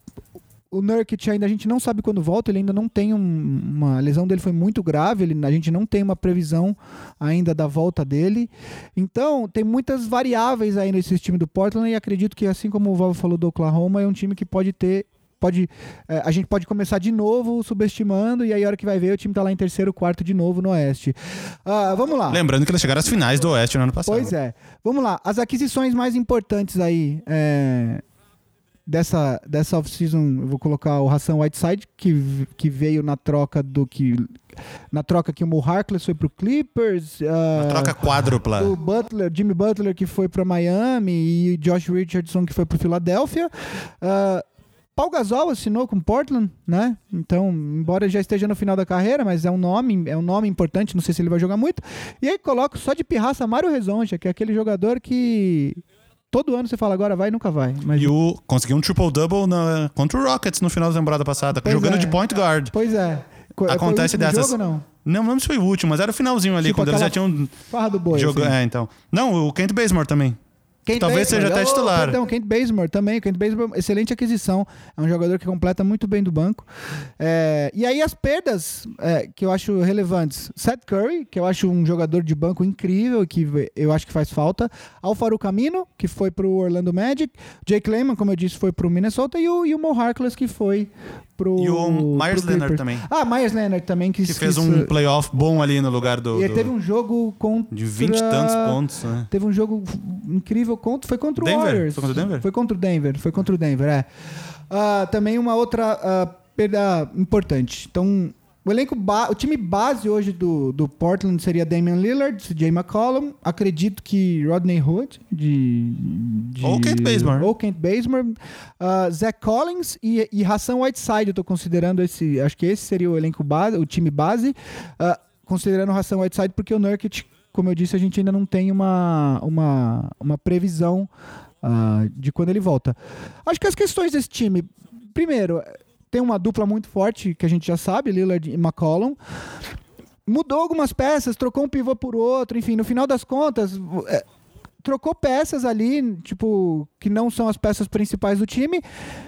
o Nurkic ainda a gente não sabe quando volta, ele ainda não tem um, uma... A lesão dele foi muito grave, ele, a gente não tem uma previsão ainda da volta dele. Então, tem muitas variáveis aí nesse time do Portland e acredito que, assim como o Val falou do Oklahoma, é um time que pode ter... Pode, é, a gente pode começar de novo subestimando e aí a hora que vai ver o time tá lá em terceiro, quarto de novo no Oeste. Uh, vamos lá. Lembrando que eles chegaram às finais do Oeste no ano passado. Pois é. Vamos lá. As aquisições mais importantes aí é, dessa, dessa off-season, eu vou colocar o Hassan Whiteside, que, que veio na troca do que... Na troca que o Mo Harkless foi pro Clippers. Na Uh, troca quádrupla. O Butler, Jimmy Butler, que foi para Miami, e Josh Richardson, que foi para Filadélfia. Uh, Paul Gasol assinou com Portland, né? Então, embora já esteja no final da carreira, mas é um nome, é um nome importante, não sei se ele vai jogar muito. E aí coloco só de pirraça Mário Rezonja, que é aquele jogador que todo ano você fala agora vai e nunca vai. Mas... E o, conseguiu um triple-double na, contra o Rockets no final da temporada passada, Pois jogando é. de point guard. Pois é. Acontece foi o último dessas. jogo, não? Não, não sei se foi o último, mas era o finalzinho ali, Tipo quando eles já aquela tinham... Farra do boi. Jogo... assim. É, então. Não, o Kent Bazemore também. Kent Talvez seja Bazemore. até Oh, titular. Perdão, Kent Bazemore também. Kent Bazemore, excelente aquisição. É um jogador que completa muito bem do banco. É, e aí as perdas é, que eu acho relevantes. Seth Curry, que eu acho um jogador de banco incrível, que eu acho que faz falta. Al-Farouq Amino, que foi pro Orlando Magic. Jake Layman, como eu disse, foi pro Minnesota. E o, e o Mo Harkless, que foi pro E o Myers pro Leonard Clippers. também. Ah, Myers Leonard também. Que, Que fez um playoff bom ali no lugar do... E ele do- teve um jogo contra... De vinte e tantos pontos, né? Teve um jogo incrível contra, foi contra o Denver? Warriors. Foi contra o Denver? Foi contra o Denver, foi contra o Denver, é. Ah, também uma outra ah, perda importante. Então, o elenco, ba- o time base hoje do, do Portland seria Damian Lillard, C J McCollum, acredito que Rodney Hood, de... de Ou Kent Bazemore. Ou Kent Bazemore, ah, Zach Collins e, e Hassan Whiteside, eu tô considerando esse, acho que esse seria o elenco base, o time base, ah, considerando o Hassan Whiteside, porque o Nurkic, como eu disse, a gente ainda não tem uma, uma, uma previsão uh, de quando ele volta. Acho que as questões desse time, primeiro, tem uma dupla muito forte, que a gente já sabe, Lillard e McCollum. Mudou algumas peças, trocou um pivô por outro, enfim, no final das contas, é, trocou peças ali, tipo, que não são as peças principais do time.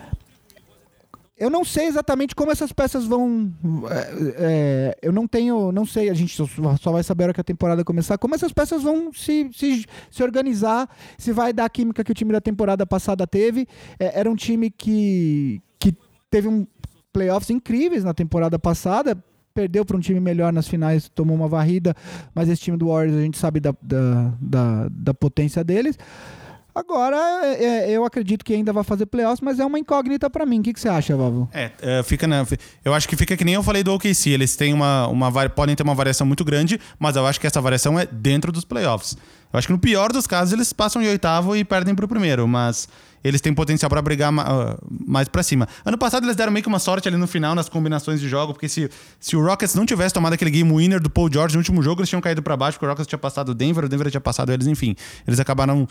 Eu não sei exatamente como essas peças vão... É, é, eu não tenho... Não sei, a gente só, só vai saber a hora que a temporada começar. Como essas peças vão se, se, se organizar, se vai dar a química que o time da temporada passada teve. É, era um time que, que teve um playoffs incríveis na temporada passada. Perdeu para um time melhor nas finais, tomou uma varrida. Mas esse time do Warriors, a gente sabe da, da, da, da potência deles. Agora, é, eu acredito que ainda vai fazer playoffs, mas é uma incógnita pra mim. O que, que você acha, Vavo? É, é, fica na, eu acho que fica que nem eu falei do O K C. Eles têm uma, uma, podem ter uma variação muito grande, mas eu acho que essa variação é dentro dos playoffs. Eu acho que no pior dos casos eles passam de oitavo e perdem pro primeiro, mas eles têm potencial pra brigar uh, mais pra cima. Ano passado eles deram meio que uma sorte ali no final nas combinações de jogo, porque se, se o Rockets não tivesse tomado aquele game winner do Paul George no último jogo, eles tinham caído pra baixo, porque o Rockets tinha passado o Denver, o Denver tinha passado eles, enfim. Eles acabaram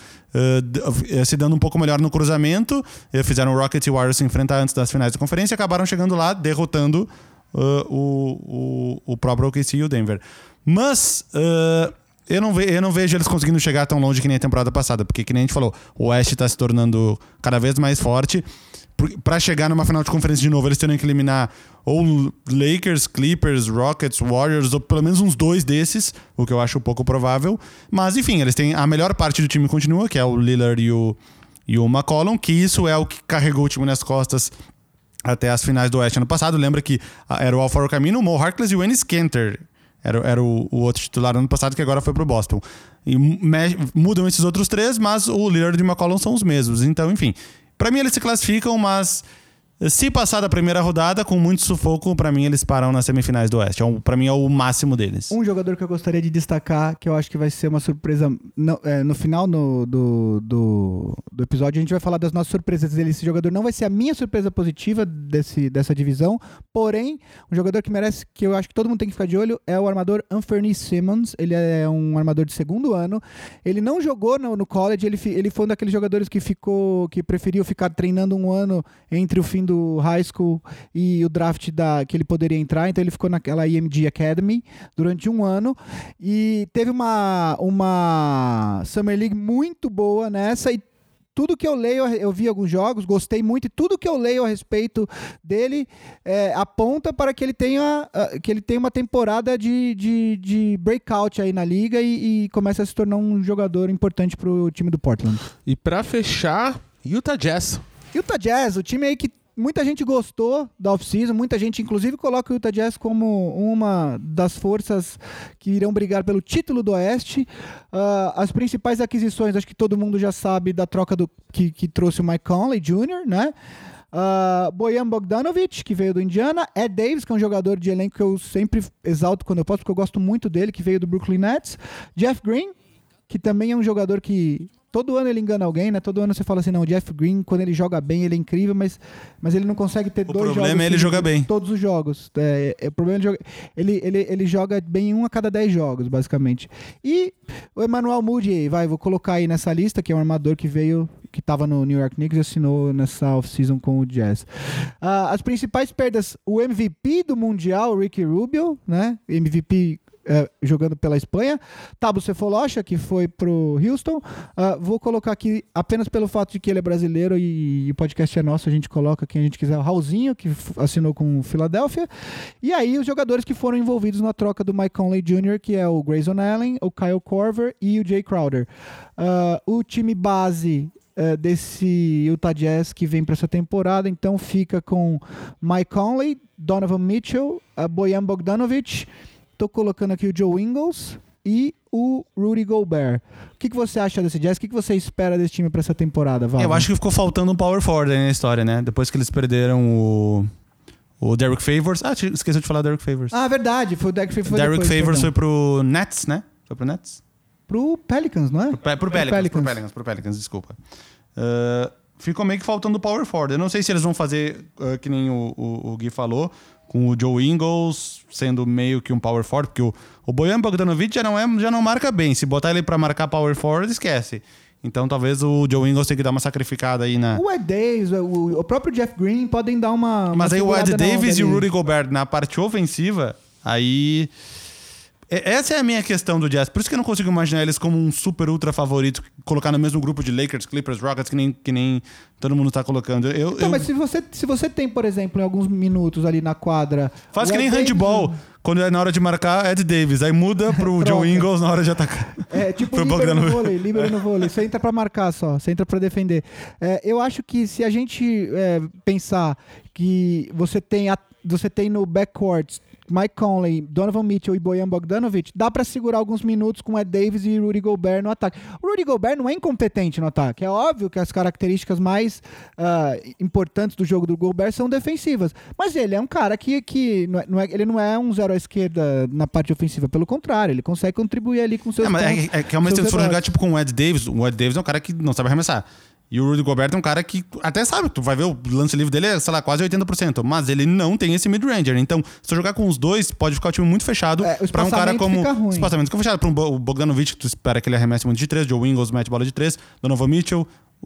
uh, se dando um pouco melhor no cruzamento, fizeram o Rockets e o Warriors se enfrentar antes das finais da conferência e acabaram chegando lá, derrotando uh, o, o, o próprio O K C e o Denver. Mas... Uh, Eu não, ve- eu não vejo eles conseguindo chegar tão longe que nem a temporada passada, porque, que nem a gente falou, o Oeste está se tornando cada vez mais forte. Para chegar numa final de conferência de novo, eles teriam que eliminar ou Lakers, Clippers, Rockets, Warriors, ou pelo menos uns dois desses, o que eu acho pouco provável. Mas, enfim, eles têm a melhor parte do time continua, que é o Lillard e o, e o McCollum, que isso é o que carregou o time nas costas até as finais do Oeste ano passado. Lembra que era o Al-Farouq Amino, o Mo Harkless e o Enes Kanter. Era, era o, o outro titular ano passado, que agora foi pro Boston. E me, mudam esses outros três, mas o Lillard e o McCollum são os mesmos. Então, enfim, pra mim eles se classificam, mas se passar da primeira rodada, com muito sufoco, pra mim eles param nas semifinais do Oeste. É um, pra mim é o máximo deles. Um jogador que eu gostaria de destacar, que eu acho que vai ser uma surpresa no, é, no final no, do, do, do episódio, a gente vai falar das nossas surpresas dele. Esse jogador não vai ser a minha surpresa positiva desse, dessa divisão, porém, um jogador que merece, que eu acho que todo mundo tem que ficar de olho, é o armador Anthony Simmons. Ele é um armador de segundo ano. Ele não jogou no, no college, ele, ele foi um daqueles jogadores que ficou, que preferiu ficar treinando um ano entre o fim do high school e o draft da, que ele poderia entrar, então ele ficou naquela I M G Academy durante um ano e teve uma, uma Summer League muito boa nessa, e tudo que eu leio, eu vi alguns jogos, gostei muito, e tudo que eu leio a respeito dele é, aponta para que ele tenha, uh, que ele tenha uma temporada de, de, de breakout aí na liga e, e comece a se tornar um jogador importante para o time do Portland. E pra fechar, Utah Jazz. Utah Jazz, o time aí que muita gente gostou da off-season, muita gente inclusive coloca o Utah Jazz como uma das forças que irão brigar pelo título do Oeste. Uh, as principais aquisições, acho que todo mundo já sabe da troca do, que, que trouxe o Mike Conley Júnior, né? Uh, Bojan Bogdanovic, que veio do Indiana, Ed Davis, que é um jogador de elenco que eu sempre exalto quando eu posso, porque eu gosto muito dele, que veio do Brooklyn Nets, Jeff Green, que também é um jogador que todo ano ele engana alguém, né? Todo ano você fala assim, não, o Jeff Green, quando ele joga bem, ele é incrível, mas, mas ele não consegue ter o dois jogos. O problema é ele jogar bem. Todos os jogos. É, é, o problema é ele, joga, ele, ele, ele joga bem um a cada dez jogos, basicamente. E o Emmanuel Mudiay, vai, vou colocar aí nessa lista, que é um armador que veio, que estava no New York Knicks e assinou nessa off-season com o Jazz. Uh, as principais perdas, o M V P do Mundial, Ricky Rubio, né? M V P É, jogando pela Espanha, Thabo Sefolosha, que foi pro Houston. Uh, vou colocar aqui, apenas pelo fato de que ele é brasileiro e, e o podcast é nosso, a gente coloca quem a gente quiser, o Raulzinho, que f- assinou com o Philadelphia. E aí os jogadores que foram envolvidos na troca do Mike Conley Júnior, que é o Grayson Allen, o Kyle Korver e o Jay Crowder. Uh, o time base uh, desse Utah Jazz que vem para essa temporada, então fica com Mike Conley, Donovan Mitchell, uh, Bojan Bogdanovic. Tô colocando aqui o Joe Ingles e o Rudy Gobert. O que, que você acha desse Jazz? O que, que você espera desse time para essa temporada, Val? Eu acho que ficou faltando um power forward aí na história, né? Depois que eles perderam o, o Derrick Favors. Ah, esqueci de falar do Derrick Favors. Ah, verdade. Foi o Derrick Favors. Derrick depois, Favors perdão. foi pro Nets, né? Foi pro Nets? Pro Pelicans, não é? Pro, Pe- pro, Pelicans, Pelicans. pro Pelicans, pro Pelicans, desculpa. Uh, ficou meio que faltando o power forward. Eu não sei se eles vão fazer, uh, que nem o, o, o Gui falou, com o Joe Ingles sendo meio que um power forward, porque o, o Bojan Bogdanovic já não, é, já não marca bem. Se botar ele pra marcar power forward, esquece. Então talvez o Joe Ingles tenha que dar uma sacrificada aí na... O Ed Davis, o, o próprio Jeff Green podem dar uma... uma Mas aí o Ed segurada na Davis onda e o ali. Rudy Gobert na parte ofensiva, aí... E- Essa é a minha questão do Jazz. Por isso que eu não consigo imaginar eles como um super ultra favorito, colocar no mesmo grupo de Lakers, Clippers, Rockets, que nem, que nem todo mundo tá colocando. Eu, Então, eu... mas se você, se você tem, por exemplo, em alguns minutos ali na quadra... Faz o que nem Ed Davis- handball, quando é na hora de marcar, Ed Davis. Aí muda pro Troca. Joe Ingles na hora de atacar. É, tipo Pro líbero no Bogdanovic. vôlei, líbero no vôlei. Você entra pra marcar só, você entra pra defender. É, eu acho que se a gente é, pensar que você tem, a, você tem no backcourt Mike Conley, Donovan Mitchell e Bojan Bogdanovic, dá pra segurar alguns minutos com Ed Davis e Rudy Gobert no ataque. O Rudy Gobert não é incompetente no ataque. É óbvio que as características mais uh, importantes do jogo do Gobert são defensivas. Mas ele é um cara que, que não é, não é, ele não é um zero à esquerda na parte ofensiva. Pelo contrário, ele consegue contribuir ali com seus É, mas pontos, é, é que realmente se seus for jogar rebotes. tipo com o Ed Davis, o Ed Davis é um cara que não sabe arremessar. E o Rudy Gobert é um cara que até sabe, tu vai ver o lance livre dele é, sei lá, quase oitenta por cento, mas ele não tem esse mid-ranger. Então, se tu jogar com os dois, pode ficar o time muito fechado É, o pra um cara espaçamento como... fica ruim. O espaçamento fica fechado. Pra um Bo- o Bogdanovic, que tu espera que ele arremesse muito de três, Joe Ingles mete bola de três, Donovan Mitchell,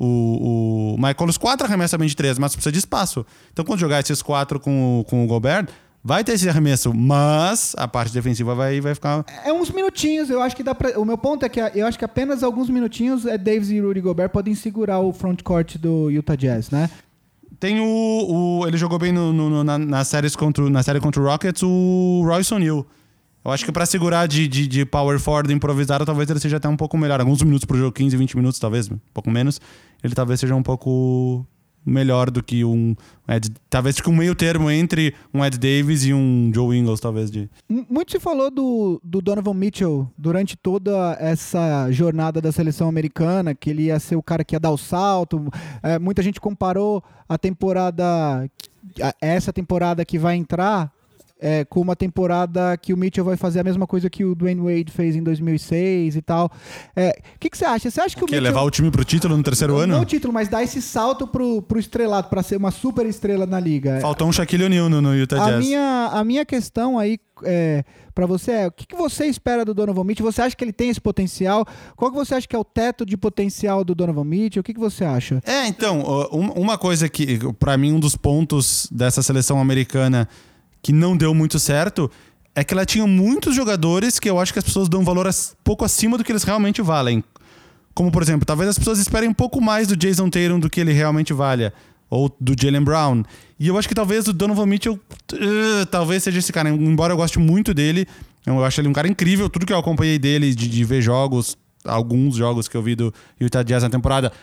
o, o Michael, os quatro arremessa bem de três, mas precisa de espaço. Então, quando jogar esses quatro com, o- com o Gobert, vai ter esse arremesso, mas a parte defensiva vai, vai ficar... É uns minutinhos, eu acho que dá pra... O meu ponto é que eu acho que apenas alguns minutinhos é Davis e Rudy Gobert podem segurar o frontcourt do Utah Jazz, né? Tem o, o- ele jogou bem no, no- no- na, nas séries contra, o- na série contra o Rockets, o Royce O'Neal. Eu acho que pra segurar de, de, de power forward improvisado, talvez ele seja até um pouco melhor. Alguns minutos pro jogo, quinze, vinte minutos, talvez, um pouco menos. Ele talvez seja um pouco melhor do que um Ed, talvez fique um meio termo entre um Ed Davis e um Joe Ingles, talvez. De... M- Muito se falou do, do Donovan Mitchell durante toda essa jornada da seleção americana, que ele ia ser o cara que ia dar o salto. É, muita gente comparou a temporada, a- essa temporada que vai entrar, é, com uma temporada que o Mitchell vai fazer a mesma coisa que o Dwayne Wade fez em dois mil e seis e tal. É, o que, que você acha? Você acha que o Quer Mitchell... levar o time pro título no terceiro Não ano? o título, mas dar esse salto pro, pro estrelado, pra ser uma super estrela na liga. Faltou um Shaquille O'Neal no, no Utah A Jazz. minha, a minha questão aí é, para você é, o que, que você espera do Donovan Mitchell? Você acha que ele tem esse potencial? Qual que você acha que é o teto de potencial do Donovan Mitchell? O que, que você acha? É, então, ó, um- uma coisa que, pra mim, um dos pontos dessa seleção americana que não deu muito certo é que ela tinha muitos jogadores que eu acho que as pessoas dão um valor as- pouco acima do que eles realmente valem. Como, por exemplo, talvez as pessoas esperem um pouco mais do Jason Tatum do que ele realmente valha. Ou do Jaylen Brown. E eu acho que talvez o Donovan Mitchell uh, talvez seja esse cara. Embora eu goste muito dele, eu acho ele um cara incrível. Tudo que eu acompanhei dele, de, de ver jogos, alguns jogos que eu vi do Utah Jazz na temporada,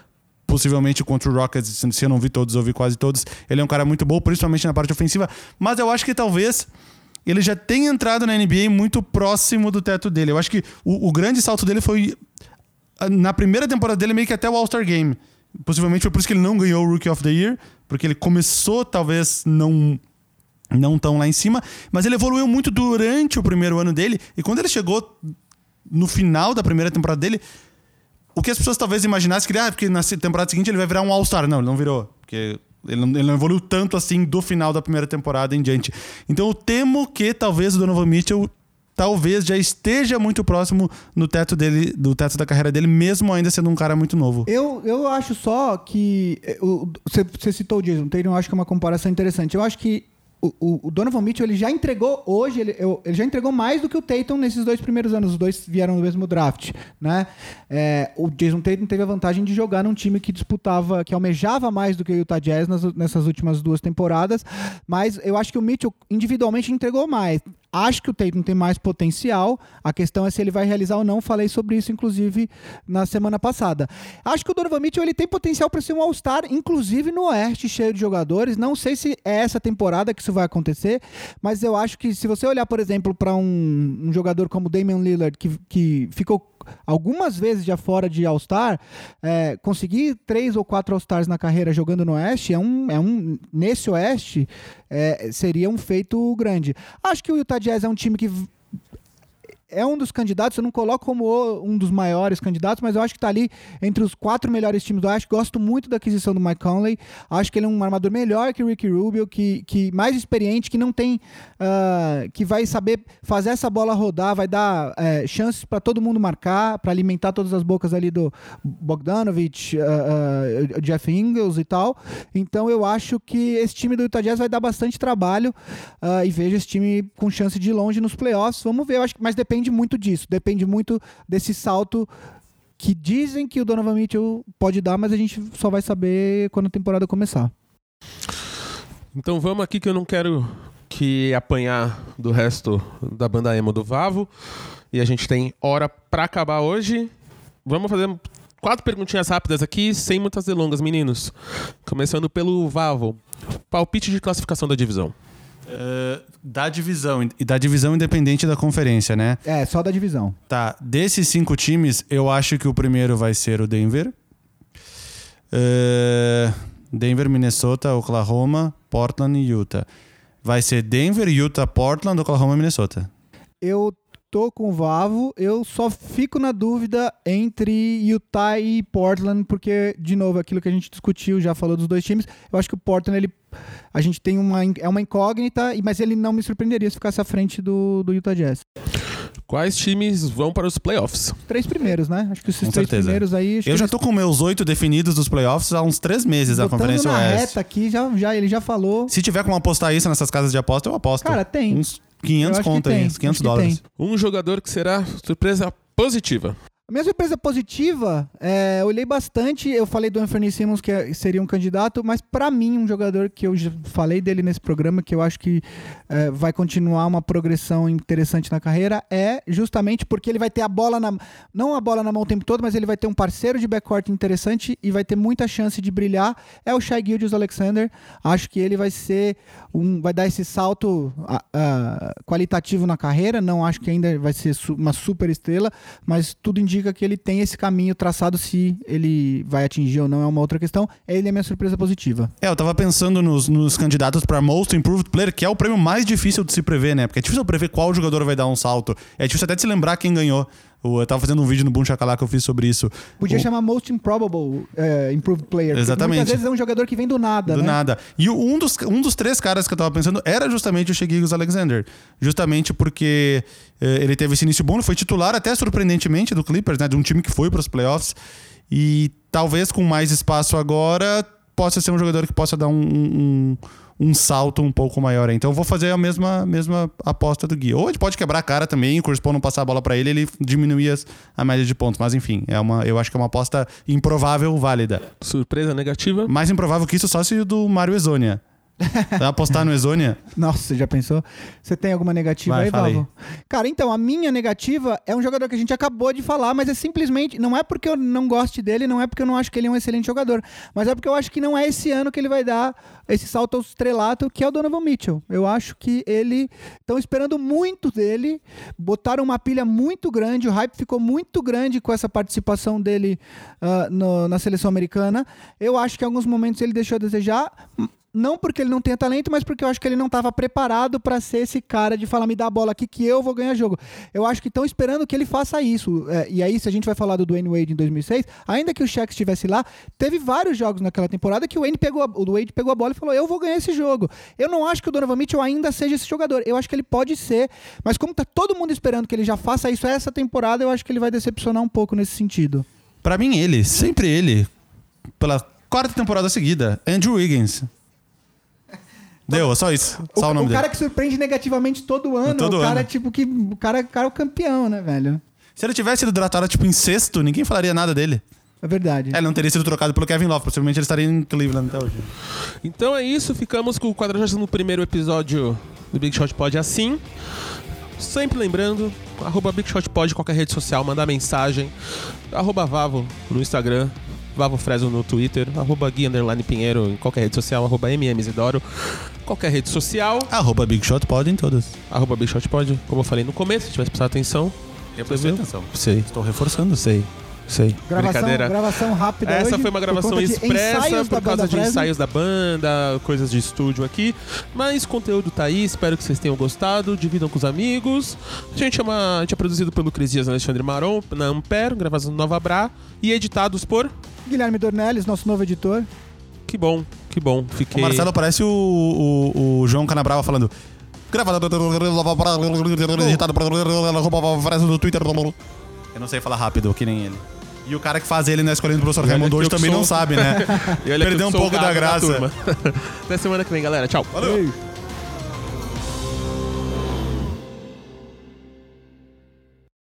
possivelmente contra o Rockets, se eu não vi todos, eu vi quase todos. Ele é um cara muito bom, principalmente na parte ofensiva. Mas eu acho que talvez ele já tenha entrado na N B A muito próximo do teto dele. Eu acho que o, o grande salto dele foi na primeira temporada dele, meio que até o All-Star Game. Possivelmente foi por isso que ele não ganhou o Rookie of the Year, porque ele começou talvez não... não tão lá em cima, mas ele evoluiu muito durante o primeiro ano dele, e quando ele chegou no final da primeira temporada dele, o que as pessoas talvez imaginassem que, ah, porque na temporada seguinte ele vai virar um All-Star. Não, ele não virou, porque ele não, ele não evoluiu tanto assim do final da primeira temporada em diante. Então eu temo que talvez o Donovan Mitchell talvez já esteja muito próximo no teto dele, do teto da carreira dele, mesmo ainda sendo um cara muito novo. Eu, eu acho só que você citou o Jason Tatum, eu acho que é uma comparação interessante. Eu acho que O, o Donovan Mitchell ele já entregou hoje, ele, eu, ele já entregou mais do que o Tatum nesses dois primeiros anos. Os dois vieram no mesmo draft, né? É, o Jason Tatum teve a vantagem de jogar num time que disputava, que almejava mais do que o Utah Jazz nas, nessas últimas duas temporadas, mas eu acho que o Mitchell individualmente entregou mais. Acho que o Tatum tem mais potencial. A questão é se ele vai realizar ou não. Falei sobre isso, inclusive, na semana passada. Acho que o Donovan Mitchell ele tem potencial para ser um All-Star, inclusive no Oeste, cheio de jogadores. Não sei se é essa temporada que isso vai acontecer, mas eu acho que se você olhar, por exemplo, para um, um jogador como Damian Lillard, que, que ficou algumas vezes já fora de All-Star, é, conseguir três ou quatro All-Stars na carreira jogando no Oeste, é um, é um, nesse Oeste, é, seria um feito grande. Acho que o Utah Jazz é um time que é um dos candidatos, eu não coloco como um dos maiores candidatos, mas eu acho que está ali entre os quatro melhores times do Oeste. Gosto muito da aquisição do Mike Conley. Acho que ele é um armador melhor que o Ricky Rubio, que, que mais experiente, que não tem, uh, que vai saber fazer essa bola rodar, vai dar uh, chances para todo mundo marcar, para alimentar todas as bocas ali do Bogdanovich, uh, uh, Jeff Ingles e tal. Então eu acho que esse time do Utah Jazz vai dar bastante trabalho uh, e vejo esse time com chance de ir longe nos playoffs. Vamos ver, eu acho que, mas depende muito disso, depende muito desse salto que dizem que o Donovan Mitchell pode dar, mas a gente só vai saber quando a temporada começar. Então vamos aqui que eu não quero que apanhar do resto da banda emo do Vavo, e a gente tem hora pra acabar hoje. Vamos fazer quatro perguntinhas rápidas aqui, sem muitas delongas, meninos. Começando pelo Vavo. Palpite de classificação da divisão. Uh, da divisão, e da divisão independente da conferência, né? É, só da divisão. Tá, desses cinco times, eu acho que o primeiro vai ser o Denver. Uh, Denver, Minnesota, Oklahoma, Portland e Utah. Vai ser Denver, Utah, Portland, Oklahoma e Minnesota. Eu tô com o Vavo, eu só fico na dúvida entre Utah e Portland, porque, de novo, aquilo que a gente discutiu, já falou dos dois times, eu acho que o Portland, ele, a gente tem uma, é uma incógnita, mas ele não me surpreenderia se ficasse à frente do, do Utah Jazz. Quais times vão para os playoffs? Os três primeiros, né? Acho que esses com três certeza. primeiros aí... Eu já eles... tô com meus oito definidos dos playoffs há uns três meses da Conferência na Oeste. reta aqui, já, já, ele já falou... Se tiver como apostar isso nessas casas de aposta, eu aposto. Cara, tem. Uns quinhentos conto aí, uns quinhentos dólares. Um jogador que será surpresa positiva. A minha surpresa positiva, é, eu olhei bastante, eu falei do Anthony Simmons que seria um candidato, mas pra mim um jogador que eu já falei dele nesse programa, que eu acho que é, vai continuar uma progressão interessante na carreira, é justamente porque ele vai ter a bola na... não a bola na mão o tempo todo, mas ele vai ter um parceiro de backcourt interessante e vai ter muita chance de brilhar, é o Shai Gilgeous-Alexander. Acho que ele vai ser um, vai dar esse salto uh, uh, qualitativo na carreira, não acho que ainda vai ser su- uma super estrela, mas tudo indica que ele tem esse caminho traçado. Se ele vai atingir ou não é uma outra questão. Ele é minha surpresa positiva. É, eu tava pensando nos, nos candidatos para Most Improved Player, que é o prêmio mais difícil de se prever, né? Porque é difícil prever qual jogador vai dar um salto. É difícil até de se lembrar quem ganhou. Eu tava fazendo um vídeo no Boom Shakalaka que eu fiz sobre isso. Podia o... chamar Most Improbable uh, Improved Player. Exatamente. Muitas vezes é um jogador que vem do nada, Do né? nada. E um dos, um dos três caras que eu tava pensando era justamente o Shai Gilgeous-Alexander. Justamente porque eh, ele teve esse início bom, foi titular até surpreendentemente do Clippers, né? De um time que foi pros playoffs. E talvez com mais espaço agora possa ser um jogador que possa dar um... um um salto um pouco maior. Então eu vou fazer a mesma, mesma aposta do Gui. Ou ele pode quebrar a cara também, o Chris Paul não passar a bola pra ele, ele diminuir as, a média de pontos. Mas enfim, é uma, eu acho que é uma aposta improvável, válida. Surpresa negativa? Mais improvável que isso só se o do Mario Hezonja. Vai apostar no Exônia? Nossa, já pensou? Você tem alguma negativa Vai, aí, fala aí. Vavo? Cara, então, a minha negativa é um jogador que a gente acabou de falar, mas é simplesmente... Não é porque eu não goste dele, não é porque eu não acho que ele é um excelente jogador, mas é porque eu acho que não é esse ano que ele vai dar esse salto ao estrelato, que é o Donovan Mitchell. Eu acho que ele... Estão esperando muito dele, botaram uma pilha muito grande, o hype ficou muito grande com essa participação dele uh, no, na seleção americana. Eu acho que em alguns momentos ele deixou a desejar... Não porque ele não tenha talento, mas porque eu acho que ele não estava preparado para ser esse cara de falar, me dá a bola aqui que eu vou ganhar jogo. Eu acho que estão esperando que ele faça isso. É, e aí, se a gente vai falar do Dwayne Wade em dois mil e seis, ainda que o Shaq estivesse lá, teve vários jogos naquela temporada que o Wade pegou a, o Wade pegou a bola e falou, eu vou ganhar esse jogo. Eu não acho que o Donovan Mitchell ainda seja esse jogador. Eu acho que ele pode ser, mas como tá todo mundo esperando que ele já faça isso essa temporada, eu acho que ele vai decepcionar um pouco nesse sentido. Pra mim, ele, sempre ele, pela quarta temporada seguida, Andrew Wiggins. Deu, só isso. Só o, o nome o dele. cara que surpreende negativamente todo ano, Todo o cara ano. tipo que o cara, o cara é o campeão, né, velho? Se ele tivesse sido draftado tipo em sexto, ninguém falaria nada dele. É verdade. É, ele não teria sido trocado pelo Kevin Love. Possivelmente ele estaria em Cleveland até hoje. Então é isso, ficamos com o quadragésimo primeiro episódio do Big Shot Pod assim. Sempre lembrando, arroba Big Shot Pod em qualquer rede social, mandar mensagem. Arroba Vavo no Instagram, Vavo Fresno no Twitter, arroba Gui Underline Pinheiro em qualquer rede social, arroba M M Isidoro, qualquer rede social. Arroba Big Shot Pod em todas. Arroba Big Shot Pod, como eu falei no começo, se tivesse prestado atenção. Eu prestei atenção. Sei, Estou reforçando. sei, sei. Gravação, Brincadeira. gravação rápida Essa hoje, foi uma por gravação conta de expressa ensaios por da causa banda de Fresno. ensaios da banda, coisas de estúdio aqui. Mas conteúdo tá aí, espero que vocês tenham gostado. Dividam com os amigos. A gente é, uma, a gente é produzido pelo Cris Dias e Alexandre Maron, na Ampere, gravação do Nova Bra, e editados por... Guilherme Dornelles, nosso novo editor. Que bom, que bom. Fiquei... O Marcelo parece o, o, o João Canabrava falando. Gravado editado no Twitter. Eu não sei falar rápido, que nem ele. E o cara que faz ele na escolinha do professor E olha Raimundo que hoje eu que também sou- não sabe, né? E olha que Perdeu eu um sou o pouco da gago graça. turma. Até semana que vem, galera. Tchau. Valeu! Ei.